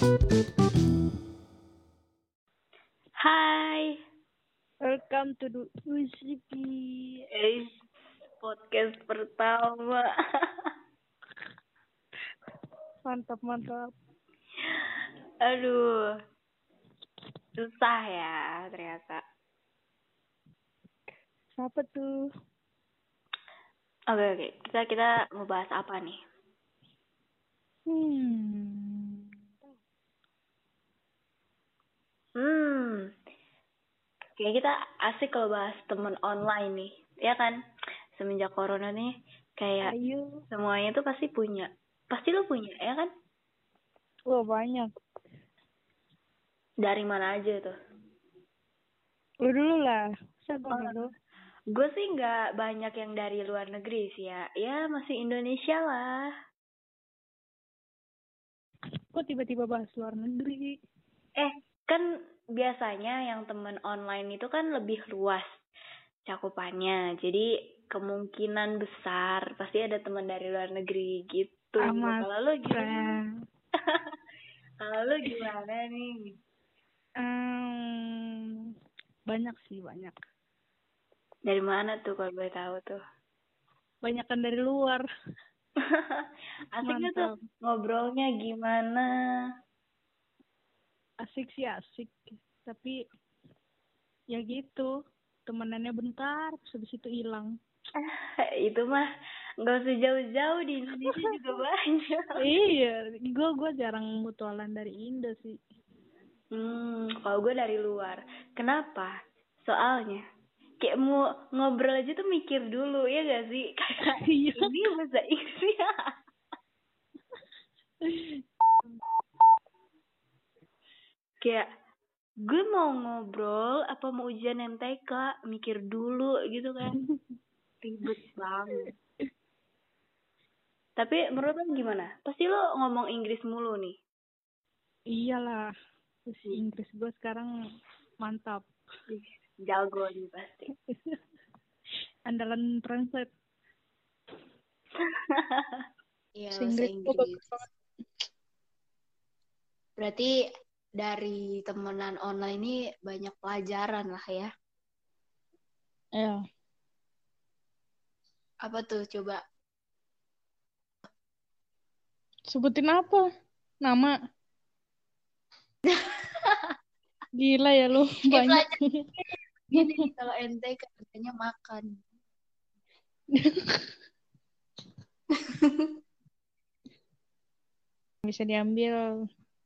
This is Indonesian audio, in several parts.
Hai, Welcome to the Usipi. podcast pertama. Mantap. Aduh, susah ya ternyata. Siapa tuh? Oke, kita mau bahas apa nih? Kayak kita asik kalau bahas temen online nih, ya kan? Semenjak corona nih, kayak Ayo. semuanya tuh pasti lo punya, ya kan? Wah, banyak. Dari mana aja tuh? Lu dulu lah. Siapa dulu? Gue sih nggak banyak yang dari luar negeri sih ya. Ya masih Indonesia lah. Kok tiba-tiba bahas luar negeri? Kan biasanya yang temen online itu kan lebih luas cakupannya. Jadi kemungkinan besar pasti ada teman dari luar negeri gitu. Amat. Kalau lo gimana? Kalau lo gimana nih? Banyak sih, banyak. Dari mana tuh kalau boleh tahu tuh? Banyakan dari luar. Asiknya tuh ngobrolnya gimana? Asik sih asik. Tapi ya gitu. Temenannya bentar, habis itu hilang. Itu mah nggak usah jauh-jauh, di Indonesia juga banyak. Iya, gue jarang mutualan dari Indo sih. Kalau gue dari luar. Kenapa? Soalnya kayak mau ngobrol aja tuh mikir dulu, ya gak sih? Kayak Iya. ini bahasa Inggris ya. Kayak gue mau ngobrol apa mau ujian MTK, mikir dulu gitu kan. Ribet banget. Tapi menurut lo gimana? Pasti lo ngomong Inggris mulu nih. Iyalah, terus Inggris gue sekarang mantap. Jago nih pasti. Andalan translate. Iya, bahasa Inggris. Berarti dari temenan online ini banyak pelajaran lah ya. Iya. Apa tuh coba? Sebutin apa? Nama. Gila ya lu, banyak. Gini nih, kalau ente kerjanya makan. Bisa diambil.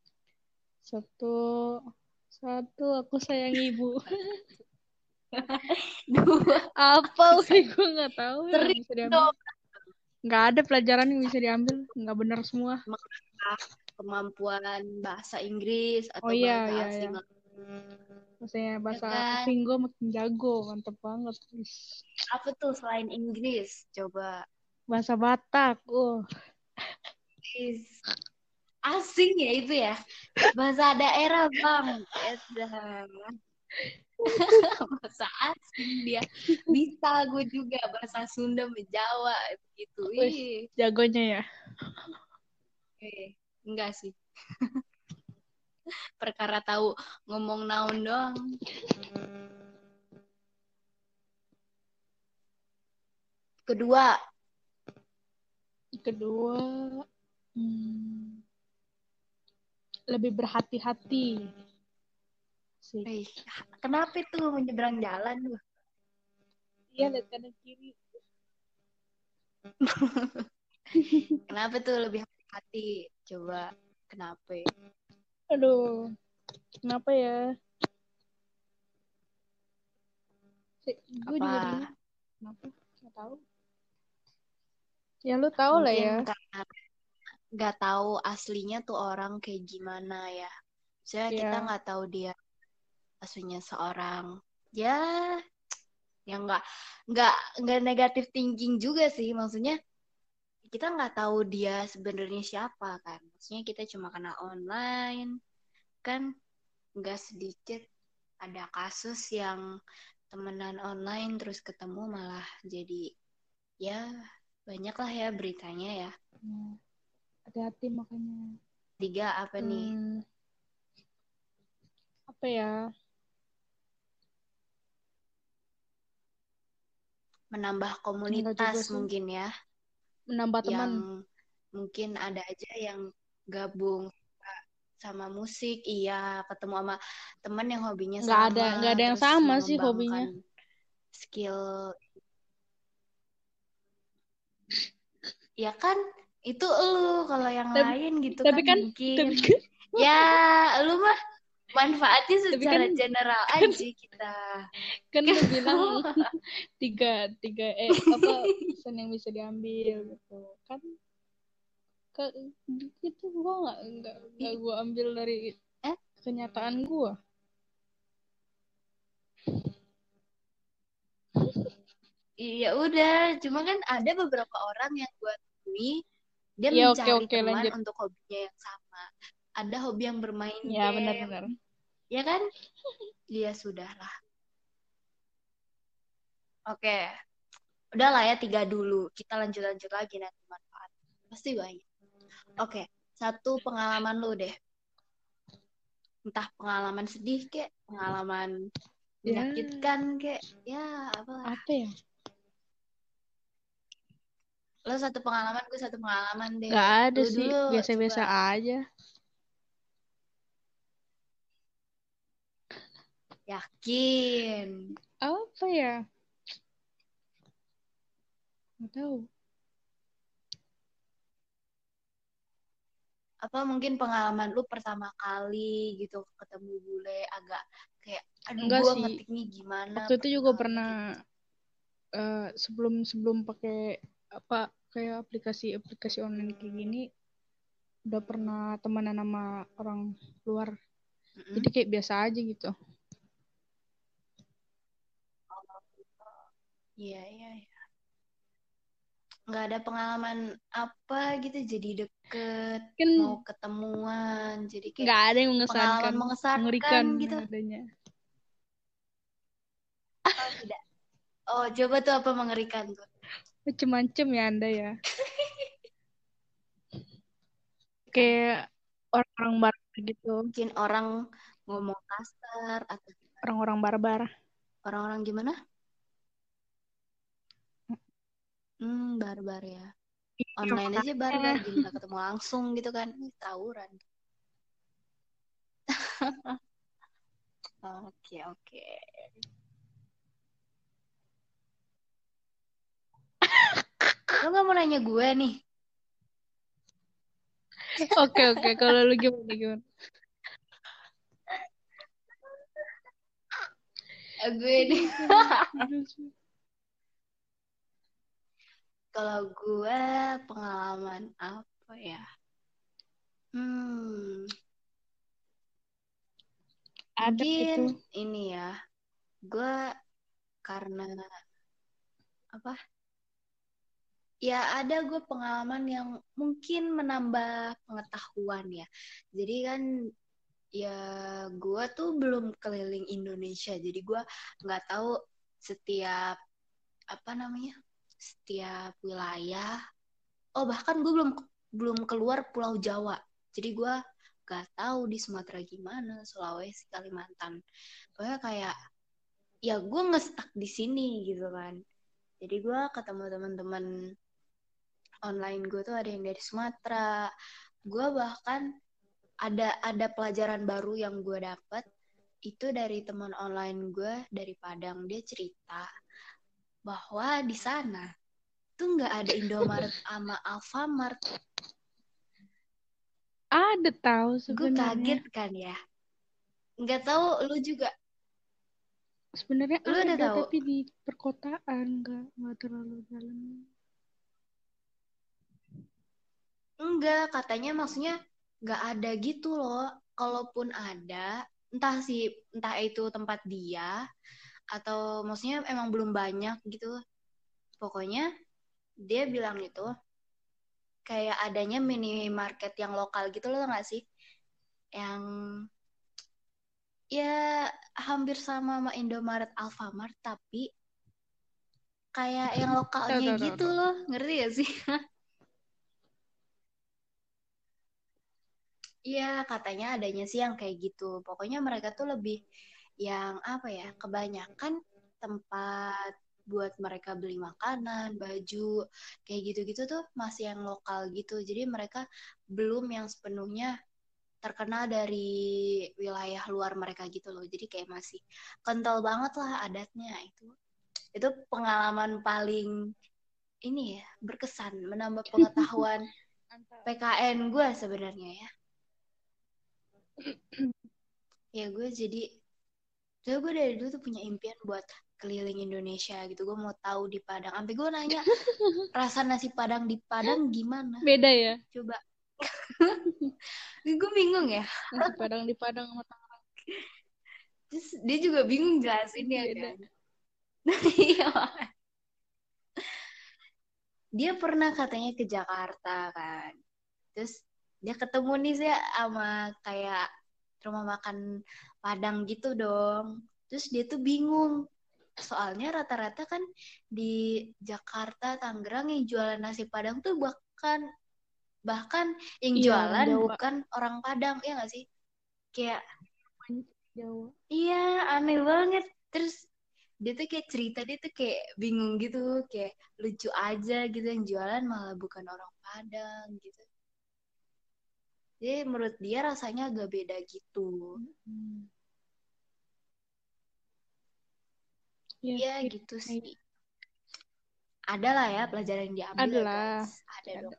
Satu, aku sayang ibu. 2. Apa? Gue nggak tahu yang Sering bisa diambil. dong. Nggak ada pelajaran yang bisa diambil. Nggak benar semua. Kemampuan bahasa Inggris atau iya, bahasa iya, asing. iya. Maksudnya bahasa Ya kan? asing gue makin jago. Mantep banget. Apa tuh selain Inggris? Coba. Bahasa Batak. Asing ya itu ya. Bahasa daerah, Bang. Bahasa asing dia. Bisa gue juga bahasa Sunda, Jawa gitu. Jagonya ya. Enggak sih. Perkara tahu ngomong naon doang. Kedua, lebih berhati-hati. Kenapa tuh menyeberang jalan lu? Iya, lihat kanan kiri. Kenapa tuh lebih hati-hati? Coba, kenapa? Aduh, kenapa ya? Gue juga bingung. Kenapa? Nggak tahu. Ya lu tahu lah ya. Mungkin karena nggak tahu aslinya tuh orang kayak gimana ya. Soalnya kita nggak tahu dia aslinya seorang ya yang nggak negatif thinking juga sih, maksudnya kita nggak tahu dia sebenarnya siapa kan, maksudnya kita cuma kenal online kan. Nggak sedikit ada kasus yang temenan online terus ketemu malah jadi ya banyak lah ya beritanya ya. Hati-hati makanya. Tiga apa nih? Apa ya? Menambah komunitas mungkin ya. Menambah teman. Yang mungkin ada aja yang gabung sama musik, iya, ketemu sama teman yang hobinya sama. Nggak ada yang sama sih hobinya. Skill. Ya kan, itu lu, kalau yang lain gitu tapi kan mungkin. Ya, lu mah manfaatnya secara general aja kita. Kan lu bilang tiga apa pesan yang bisa diambil gitu kan itu gua nggak gua ambil dari kenyataan gua. Iya udah, cuma kan ada beberapa orang yang gua temui dia mencari teman lanjut. Untuk hobinya yang sama. Ada hobi yang bermain game. Benar-benar. Ya kan? Ya sudahlah. Oke. Udah lah ya 3 dulu. Kita lanjut lagi nanti manfaat. Pasti banyak. Oke. 1 pengalaman lu deh. Entah pengalaman sedih kek, pengalaman menyakitkan kek. Ya, apalah. Apa ya? Lo 1 pengalaman, gue 1 pengalaman deh. Gak ada sih, biasa-biasa aja. Yakin? Apa ya? Gak tahu. Apa mungkin pengalaman lu pertama kali gitu ketemu bule agak kayak aduh gue ngetiknya gimana. Waktu itu juga pernah gitu. Sebelum pakai apa kayak aplikasi online kayak gini udah pernah temenan sama orang luar. Jadi kayak biasa aja gitu. Iya. Nggak ada pengalaman apa gitu jadi deket kan, mau ketemuan jadi kayak nggak ada yang pengalaman mengesankan gitu. Adanya. Oh tidak. Oh coba tuh apa mengerikan tuh? Macem-macem ya Anda ya. Kayak orang-orang barbar gitu. Mungkin orang ngomong kasar atau orang-orang barbar. Orang-orang gimana? Barbar ya. Online aja barbar, gimana ketemu langsung gitu kan. Tawuran. Oke. Lo gak mau nanya gue nih? Oke. Kalau lu gimana? Gue nih. Kalau gue pengalaman apa ya? Mungkin ini ya. Gue karena apa? Ya ada gue pengalaman yang mungkin menambah pengetahuan ya. Jadi kan ya gue tuh belum keliling Indonesia. Jadi gue nggak tahu setiap setiap wilayah. Oh bahkan gue belum keluar Pulau Jawa. Jadi gue gak tahu di Sumatera gimana, Sulawesi, Kalimantan. Pokoknya kayak ya gue nge-stuck di sini gitu kan. Jadi gue ketemu teman-teman online gue tuh ada yang dari Sumatera. Gue bahkan ada pelajaran baru yang gue dapet itu dari teman online gue dari Padang. Dia cerita bahwa di sana tuh nggak ada Indomaret sama Alfamart. Ada tahu sebenarnya. Gue kaget kan ya. Nggak tahu lu juga. Sebenarnya lu ada tahu? Tapi di perkotaan nggak terlalu dalam. Enggak, katanya maksudnya nggak ada gitu loh. Kalaupun ada, entah itu tempat dia atau maksudnya emang belum banyak gitu. Pokoknya dia bilang itu kayak adanya minimarket yang lokal gitu loh nggak sih? Yang ya hampir sama Indomaret, Alfamart tapi kayak yang lokalnya gitu loh. Ngerti gak sih? Iya, katanya adanya sih yang kayak gitu. Pokoknya mereka tuh lebih yang apa ya, kebanyakan tempat buat mereka beli makanan, baju, kayak gitu-gitu tuh masih yang lokal gitu. Jadi mereka belum yang sepenuhnya terkenal dari wilayah luar mereka gitu loh. Jadi kayak masih kental banget lah adatnya itu. Itu pengalaman paling ini ya, berkesan, menambah pengetahuan PKN gue sebenarnya ya. Ya gue dari dulu tuh punya impian buat keliling Indonesia gitu. Gue mau tahu di Padang. Sampai gue nanya rasa nasi Padang di Padang gimana? Beda ya? Coba. Gue bingung ya. Nasi Padang di Padang sama Tangerang. Terus dia juga bingung jelasinnya kan. Iya. Dia pernah katanya ke Jakarta kan. Terus dia ketemu nih sih sama kayak rumah makan Padang gitu dong. Terus dia tuh bingung. Soalnya rata-rata kan di Jakarta, Tangerang yang jualan nasi Padang tuh bahkan yang jualan bukan orang Padang, ya nggak sih? Kayak Jawa. Iya, aneh banget. Terus dia tuh kayak cerita, dia tuh kayak bingung gitu, kayak lucu aja gitu, yang jualan malah bukan orang Padang gitu. Jadi menurut dia rasanya agak beda gitu. Iya gitu sih. Ada lah ya pelajaran yang diambil ya guys. Ada dong.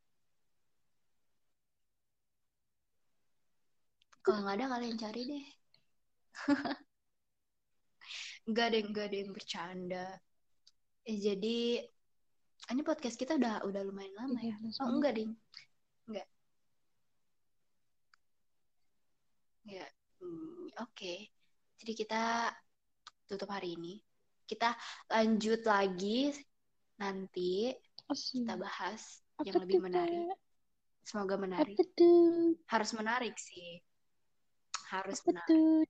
Kalau nggak ada kalian cari deh. Enggak ada yang bercanda. Jadi ini podcast kita udah lumayan lama ya. Oh enggak ding. Enggak. Ya. Oke. Jadi kita tutup hari ini. Kita lanjut lagi nanti kita bahas yang lebih menarik. Semoga menarik. Harus menarik sih. Harus menarik.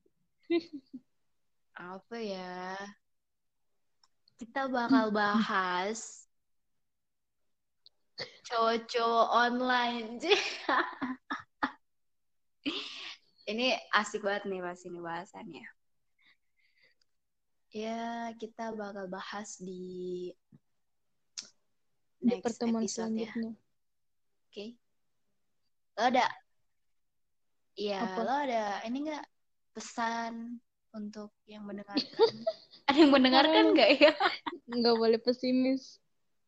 Apa ya? Kita bakal bahas cowok-cowok online. Ini asik banget nih pas ini bahasannya. Ya, kita bakal bahas di next pertemuan episode selanjutnya. Ya. Oke. Lo ada ini nggak pesan untuk yang mendengarkan? Ada yang mendengarkan nggak ya? Nggak boleh pesimis.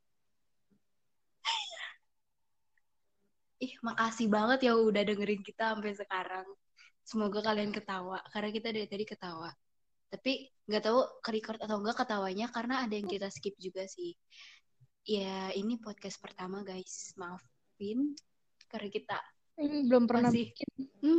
Makasih banget ya udah dengerin kita sampai sekarang. Semoga kalian ketawa, karena kita dari tadi ketawa. Tapi nggak tahu ke-record atau enggak ketawanya, karena ada yang kita skip juga sih. Ya, ini podcast pertama guys. Maafin, karena kita belum pernah bikin.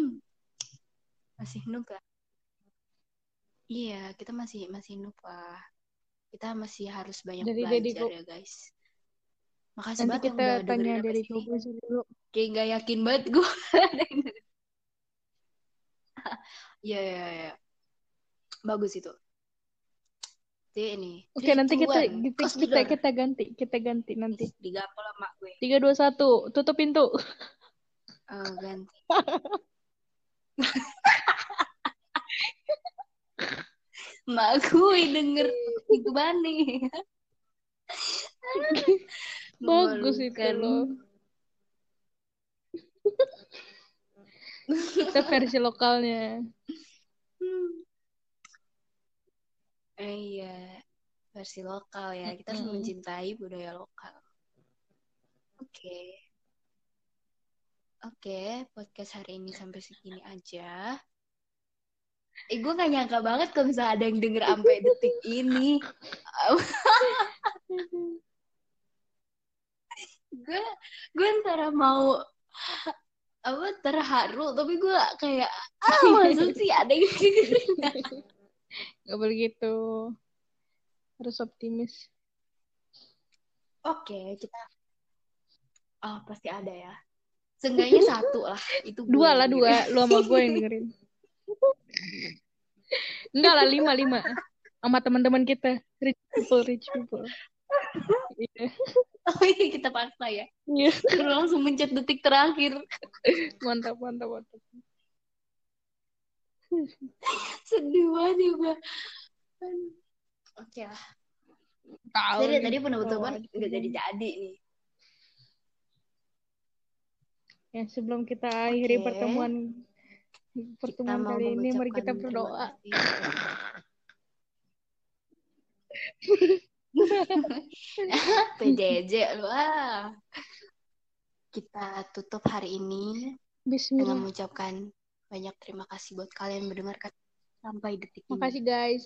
Masih noob lah. Iya, kita masih noob lah. Kita masih harus banyak belajar ya guys. Makasih nanti banget kita yang udah tanya dengerin dari Kobe dulu. Kayak gak yakin banget gue. Iya. Bagus itu. Jadi ini. Oke, nanti kita ganti nanti. Digapol sama gue. 3, 2, 1, tutup pintu. Ganti. Mak gue denger itu bani. Bagus itu loh. Kita versi lokalnya. Iya, versi lokal ya. Kita harus mencintai budaya lokal. Oke, podcast hari ini sampai segini aja. Gue gak nyangka banget kalau misalnya ada yang denger sampai detik ini. Gue antara mau terharu, tapi gue kayak maksud sih ada yang dengerin. Gak boleh gitu, harus optimis. Oke, kita pasti ada ya. Seenggaknya 1 lah. Itu 2 lah, 2 lu sama gue yang dengerin. Enggak lah, 5 sama teman-teman kita, rich people. Iya. Oh iya, kita paksa ya. Iya. Terus langsung mencet detik terakhir. Mantap, mantap, mantap. Sedih banget juga. Oke lah. Tahu Jadi nih. tadi penutupan Oh, nggak jadi nih. Ya, sebelum kita akhiri Oke. pertemuan Kita mau kali ini, mari mengucapkan kita terima berdoa. PJJ lu ah. Kita tutup hari ini dengan Bismillah. mengucapkan banyak terima kasih buat kalian yang mendengarkan sampai detik ini. Makasih guys.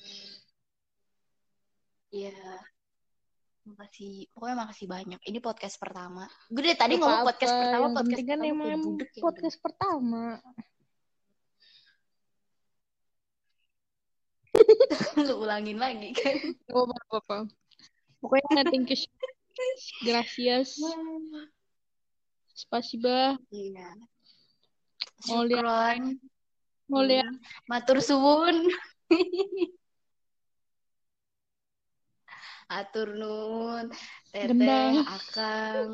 Iya. Makasih. Pokoknya makasih banyak. Ini podcast pertama. Gue dari tadi ngomong podcast pertama, Yang podcast penting kan pertama emang kayak budek ya. podcast pertama. Lu ulangin lagi kan. Oh, apa-apa. Pokoknya thank you. Gracias. Spasiba. Iya. Mulia. Syukron. Mulia. Matur suwun. Atur nun. Teteh, Gendang. akang.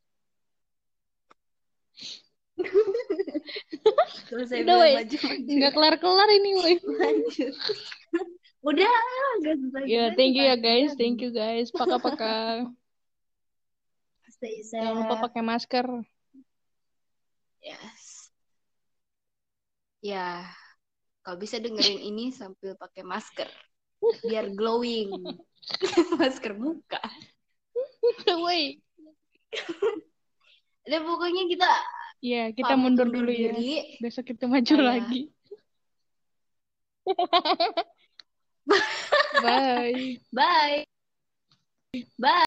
Terus saya Udah, bilang weh. maju. Nggak kelar-kelar ini, weh. Lanjut. Udah, gak susah. Ya, thank you ya guys. Thank you guys. Paka-paka. Stay safe. Jangan lupa pakai masker. Yes. Ya, kalau bisa dengerin ini sambil pakai masker. Biar glowing. Masker muka. Woi. Dan pokoknya kita Kita mundur dulu diri. ya. Besok kita maju lagi. Bye. Bye. Bye.